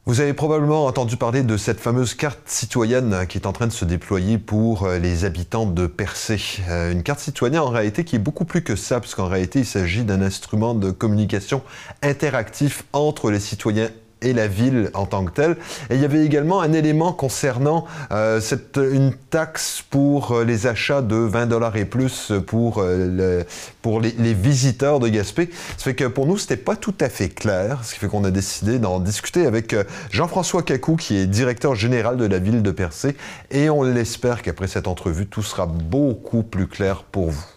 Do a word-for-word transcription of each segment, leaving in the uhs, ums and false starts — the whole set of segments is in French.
Vous avez probablement entendu parler de cette fameuse carte citoyenne qui est en train de se déployer pour les habitants de Percé. Euh, une carte citoyenne en réalité qui est beaucoup plus que ça, puisqu'en réalité il s'agit d'un instrument de communication interactif entre les citoyens et la ville en tant que telle. Et il y avait également un élément concernant euh, cette, une taxe pour les achats de vingt dollars et plus pour, euh, le, pour les, les visiteurs de Gaspé. Ça fait que pour nous, c'était pas tout à fait clair, ce qui fait qu'on a décidé d'en discuter avec Jean-François Cacou, qui est directeur général de la ville de Percé, et on l'espère qu'après cette entrevue, tout sera beaucoup plus clair pour vous.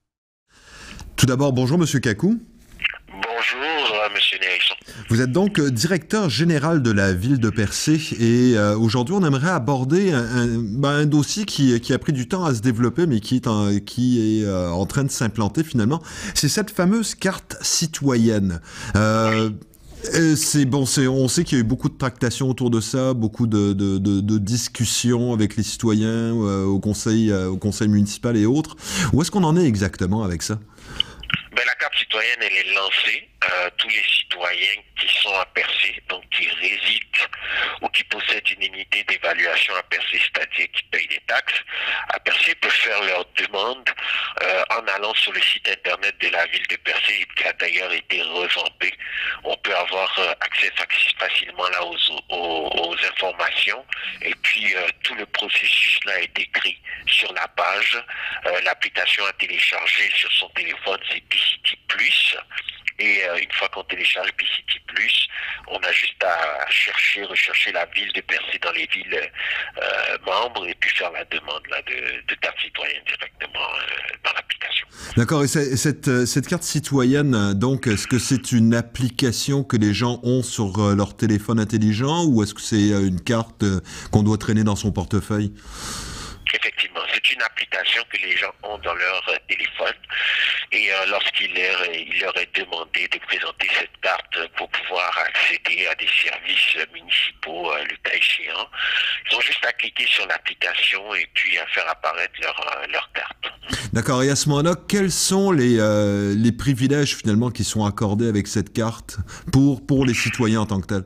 Tout d'abord, bonjour Monsieur Cacou. Bonjour, euh, Monsieur Nérichon. Vous êtes donc euh, directeur général de la ville de Percé et euh, aujourd'hui on aimerait aborder un, un, ben, un dossier qui, qui a pris du temps à se développer mais qui est en, qui est, euh, en train de s'implanter finalement. C'est cette fameuse carte citoyenne. Euh, C'est bon, c'est, on sait qu'il y a eu beaucoup de tractations autour de ça, beaucoup de, de, de, de discussions avec les citoyens euh, au conseil, euh, au conseil municipal et autres. Où est-ce qu'on en est exactement avec ça? Ben, la carte citoyenne, elle est lancée. Euh, tous les citoyens qui sont à Percé, donc qui résident ou qui possèdent une unité d'évaluation à Percé, c'est-à-dire qui payent des taxes, à Percé peuvent faire leur demande euh, en allant sur le site internet de la ville de Percé, qui a d'ailleurs été revampé. On peut avoir euh, accès facilement là aux, aux, aux informations et puis euh, tout le processus là est écrit sur la page. Euh, l'application à télécharger sur son téléphone, c'est B-City Plus. Et euh, une fois qu'on télécharge B-City Plus, on a juste à chercher, rechercher la ville de Percé dans les villes euh, membres et puis faire la demande là, de, de carte citoyenne directement euh, dans l'application. D'accord. Et cette, cette carte citoyenne, donc, est-ce que c'est une application que les gens ont sur leur téléphone intelligent ou est-ce que c'est une carte qu'on doit traîner dans son portefeuille? Effectivement, c'est une application que les gens ont dans leur euh, téléphone et euh, lorsqu'il leur, il leur est demandé de présenter cette carte pour pouvoir accéder à des services municipaux, euh, le cas échéant, ils ont juste à cliquer sur l'application et puis à faire apparaître leur, euh, leur carte. D'accord. Et à ce moment-là, quels sont les, euh, les privilèges finalement qui sont accordés avec cette carte pour, pour les citoyens en tant que tels?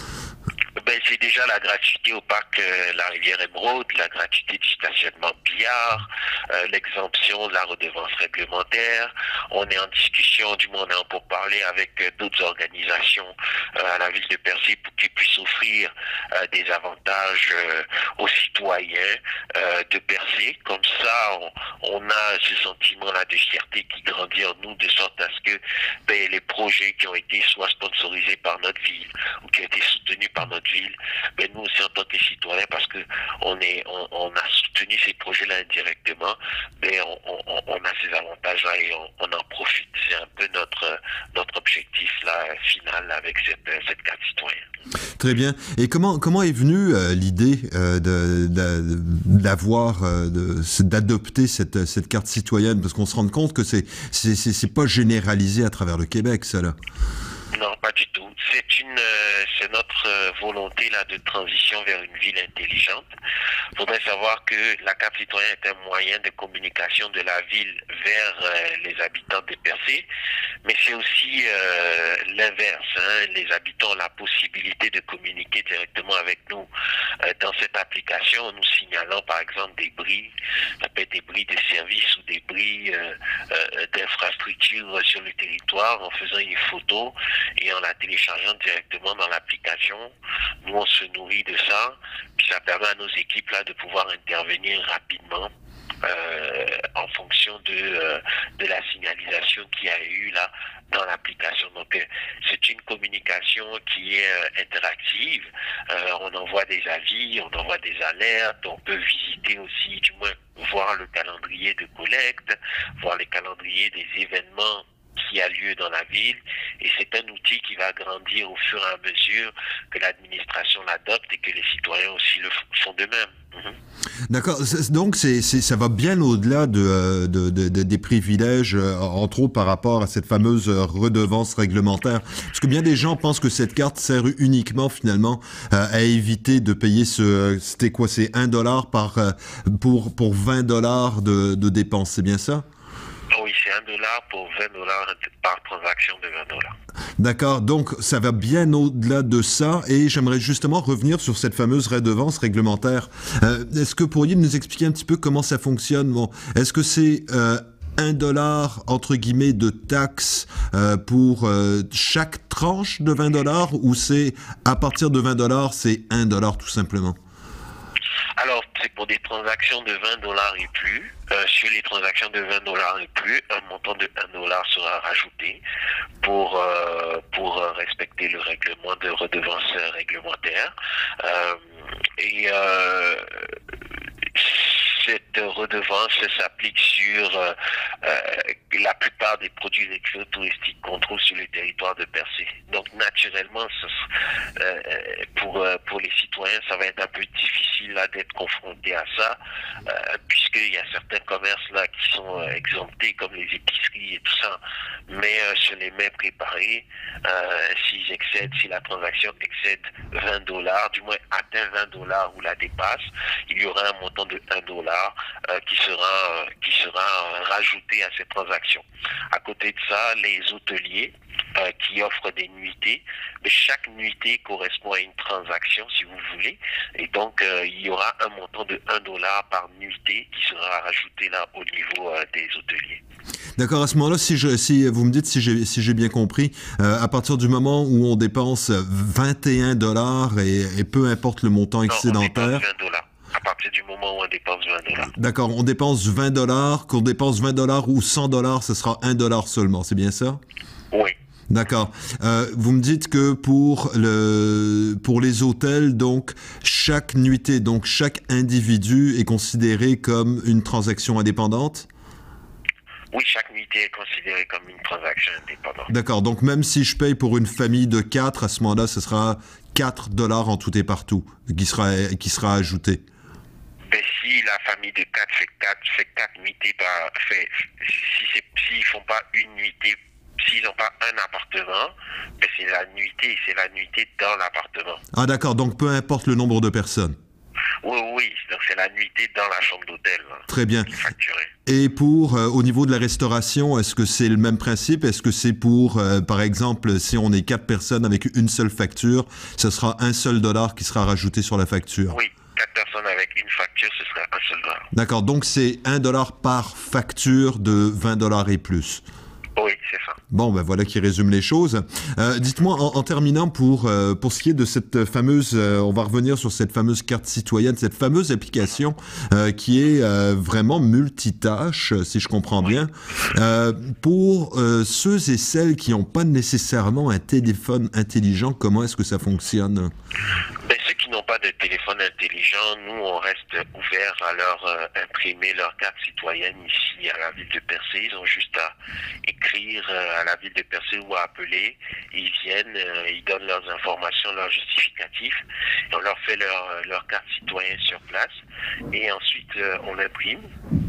Ben, c'est déjà la gratuité au parc euh, La Rivière Émeraude, la gratuité du stationnement billard, euh, l'exemption de la redevance réglementaire. On est en discussion, du moins on est en pourparlers avec euh, d'autres organisations euh, à la ville de Percé pour qu'ils puissent offrir euh, des avantages euh, aux citoyens euh, de Percé. Comme ça, on, on a ce sentiment-là de fierté qui grandit en nous, de sorte à ce que ben, les projets qui ont été soit sponsorisés par notre ville ou qui ont été soutenus par notre ville, ben nous aussi en tant que citoyens, parce que on est, on, on a soutenu ces projets-là indirectement, ben on, on, on a ces avantages-là et on, on en profite. C'est un peu notre notre objectif là final avec cette, cette carte citoyenne. Très bien. Et comment comment est venue euh, l'idée euh, de, de d'avoir euh, de, d'adopter cette cette carte citoyenne, parce qu'on se rend compte que c'est c'est c'est, c'est pas généralisé à travers le Québec, ça là. Non, pas du tout. C'est une, euh, c'est notre euh, volonté là de transition vers une ville intelligente. Il faudrait savoir que la carte citoyenne est un moyen de communication de la ville vers euh, les habitants de Percé, mais c'est aussi euh, l'inverse. Hein. Les habitants ont la possibilité de communiquer directement avec nous euh, dans cette application, en nous signalant par exemple des bris, ça peut être des bris de services ou des bris euh, euh, d'infrastructures sur le territoire, en faisant une photo et en la téléchargeant directement dans l'application. Nous, on se nourrit de ça, puis ça permet à nos équipes là de pouvoir intervenir rapidement euh, en fonction de, euh, de la signalisation qu'il y a eu là dans l'application. Donc, euh, c'est une communication qui est euh, interactive. Euh, on envoie des avis, on envoie des alertes, on peut visiter aussi, du moins, voir le calendrier de collecte, voir les calendriers des événements qui a lieu dans la ville, et c'est un outil qui va grandir au fur et à mesure que l'administration l'adopte et que les citoyens aussi le font de même. Mmh. D'accord. Donc, c'est, c'est, ça va bien au-delà de, de, de, de, des privilèges, entre autres par rapport à cette fameuse redevance réglementaire. Parce que bien des gens pensent que cette carte sert uniquement, finalement, à éviter de payer ce... C'était quoi? C'est un dollar par, pour, pour vingt dollars de, de dépenses. C'est bien ça? Oui, c'est c'est un dollar pour vingt dollars par transaction de vingt dollars. D'accord, donc ça va bien au-delà de ça et j'aimerais justement revenir sur cette fameuse redevance réglementaire. Euh, est-ce que vous pourriez nous expliquer un petit peu comment ça fonctionne? Bon, est-ce que c'est euh, un dollar, entre guillemets, de taxe euh, pour euh, chaque tranche de vingt dollars ou c'est à partir de vingt dollars, c'est un dollar tout simplement? Alors, c'est pour des transactions de vingt dollars et plus. Euh, sur les transactions de vingt dollars et plus, un montant de un dollar sera rajouté pour, euh, pour respecter le règlement de redevance réglementaire. Euh, et euh, cette redevance s'applique sur euh, euh, la plupart des produits électro touristiques qu'on trouve sur le territoire de Percé. Donc naturellement, ce, euh, pour, pour les citoyens, ça va être un peu difficile là d'être confronté à ça, euh, puisqu'il y a certains commerces là qui sont euh, exemptés, comme les épiceries et tout ça. Mais euh, sur les mets préparés, euh, s'ils excèdent, si la transaction excède vingt dollars, du moins atteint vingt dollars ou la dépasse, il y aura un montant de un dollar euh, qui sera, euh, qui sera euh, rajouté à cette transaction. À côté de ça, les hôteliers euh, qui offrent des nuitées, mais chaque nuitée correspond à une transaction, si vous voulez, et donc euh, il y aura un montant de un dollar par nuitée qui sera rajouté là au niveau euh, des hôteliers. D'accord, à ce moment-là, si, je, si vous me dites si j'ai si j'ai bien compris, euh, à partir du moment où on dépense vingt et un dollars et, et peu importe le montant excédentaire... Non, on dépense vingt dollars. À partir du moment où on dépense vingt dollars. D'accord, on dépense vingt dollars, qu'on dépense vingt dollars ou cent dollars, ce sera un dollar seulement, c'est bien ça? Oui. D'accord. Euh, vous me dites que pour le pour les hôtels, donc chaque nuitée, donc chaque individu est considéré comme une transaction indépendante? Oui, chaque nuitée est considérée comme une transaction indépendante. D'accord, donc même si je paye pour une famille de quatre, à ce moment-là, ce sera quatre dollars en tout et partout qui sera, qui sera ajouté. Ben, si la famille de quatre fait quatre, fait quatre nuitées par... Fait, si c'est, s'ils font pas une nuitée, s'ils n'ont pas un appartement, ben c'est la nuitée, c'est la nuitée dans l'appartement. Ah d'accord, donc peu importe le nombre de personnes. Oui, oui, donc c'est la nuitée dans la chambre d'hôtel. Très bien. Facturée. Et pour, euh, au niveau de la restauration, est-ce que c'est le même principe? Est-ce que c'est pour, euh, par exemple, si on est quatre personnes avec une seule facture, ce sera un seul dollar qui sera rajouté sur la facture? Oui, quatre personnes avec une facture, ce sera un seul dollar. D'accord, donc c'est un dollar par facture de vingt dollars et plus. Oui, c'est ça. Bon, ben voilà qui résume les choses. Euh, dites-moi, en, en terminant, pour, euh, pour ce qui est de cette fameuse, euh, on va revenir sur cette fameuse carte citoyenne, cette fameuse application euh, qui est euh, vraiment multitâche, si je comprends bien. Euh, pour euh, ceux et celles qui n'ont pas nécessairement un téléphone intelligent, comment est-ce que ça fonctionne? Ben, ceux qui n'ont pas de téléphone intelligent, nous, on reste ouvert à leur euh, imprimer leur carte citoyenne ici à la ville de Percé. Ils ont juste à écrire euh, à la ville de Percé ou à appeler. Ils viennent, euh, ils donnent leurs informations, leurs justificatifs. Et on leur fait leur, leur carte citoyenne sur place. Et ensuite, euh, on l'imprime.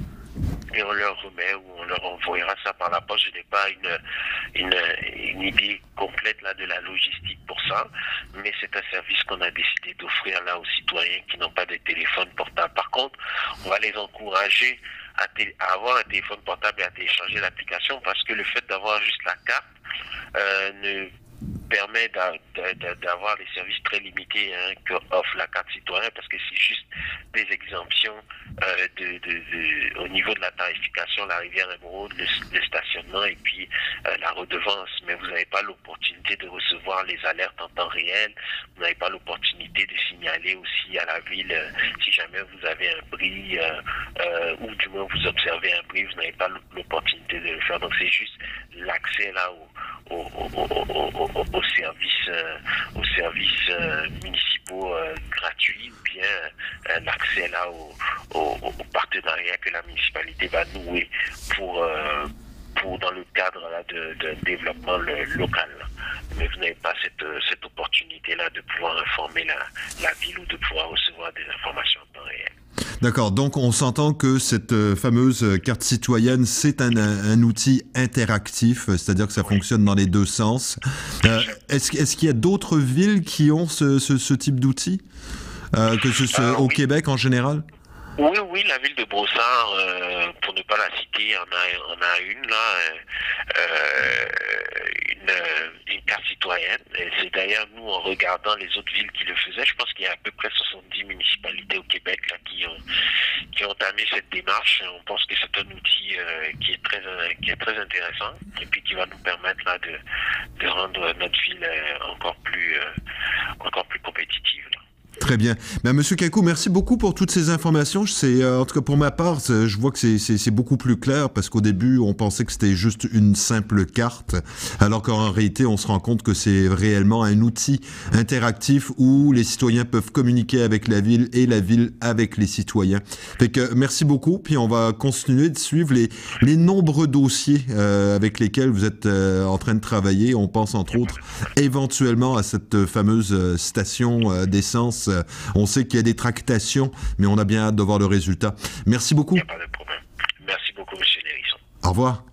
Et on leur remet ou on leur envoyera ça par la poste. Je n'ai pas une, une, une idée complète là de la logistique pour ça, mais c'est un service qu'on a décidé d'offrir là aux citoyens qui n'ont pas de téléphone portable. Par contre, on va les encourager à, à avoir un téléphone portable et à télécharger l'application parce que le fait d'avoir juste la carte euh, ne permet d'avoir les services très limités hein, que offre la carte citoyenne parce que c'est juste des exemptions euh, de, de, de, au niveau de la tarification, la rivière émeraude, le, le stationnement et puis euh, la redevance. Mais vous n'avez pas l'opportunité de recevoir les alertes en temps réel. Vous n'avez pas l'opportunité de signaler aussi à la ville euh, si jamais vous avez un bris euh, euh, ou du moins vous observez un bris, vous n'avez pas l'opportunité de le faire. Donc c'est juste l'accès là au, au, au, au, au, au aux services, euh, aux services euh, municipaux euh, gratuits ou bien euh, l'accès là au, au, au partenariat que la municipalité va nouer pour, euh, pour dans le cadre là, de, de développement le, local. Mais vous n'avez pas cette, cette opportunité là de pouvoir informer la, la ville ou de pouvoir recevoir des informations en temps réel. D'accord, donc on s'entend que cette euh, fameuse carte citoyenne, c'est un, un, un outil interactif, c'est-à-dire que ça oui. fonctionne dans les deux sens. Euh, est-ce, est-ce qu'il y a d'autres villes qui ont ce, ce, ce type d'outil, euh, que ce soit euh, au oui. Québec en général? Oui, oui, la ville de Brossard, euh, pour ne pas la citer, on a, on a une là, euh, une, une carte citoyenne. Et c'est d'ailleurs nous, en regardant les autres villes qui le faisaient, je pense qu'il y a à peu près soixante-dix municipalités au Québec là, qui ont qui ont entamé cette démarche. On pense que c'est un outil euh, qui est très qui est très intéressant et puis qui va nous permettre là de, de rendre notre ville euh, encore plus euh, encore plus compétitive. Là. Très bien. Ben, Monsieur Kakou, merci beaucoup pour toutes ces informations. C'est, euh, en tout cas, pour ma part, je vois que c'est, c'est, c'est beaucoup plus clair parce qu'au début, on pensait que c'était juste une simple carte, alors qu'en réalité, on se rend compte que c'est réellement un outil interactif où les citoyens peuvent communiquer avec la ville et la ville avec les citoyens. Fait que merci beaucoup, puis on va continuer de suivre les, les nombreux dossiers euh, avec lesquels vous êtes euh, en train de travailler. On pense entre autres éventuellement à cette fameuse station euh, d'essence. On sait qu'il y a des tractations, mais on a bien hâte de voir le résultat. Merci beaucoup. Il n'y a pas de problème. Merci beaucoup, M. Nérisson. Au revoir.